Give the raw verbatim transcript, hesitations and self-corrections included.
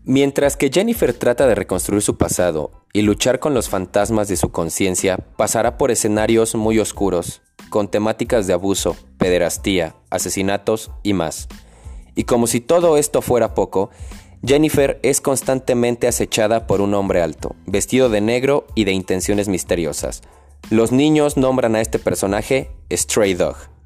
Mientras que Jennifer trata de reconstruir su pasado y luchar con los fantasmas de su conciencia, pasará por escenarios muy oscuros, con temáticas de abuso, pederastía, asesinatos y más. Y como si todo esto fuera poco, Jennifer es constantemente acechada por un hombre alto, vestido de negro y de intenciones misteriosas. Los niños nombran a este personaje Stray Dog.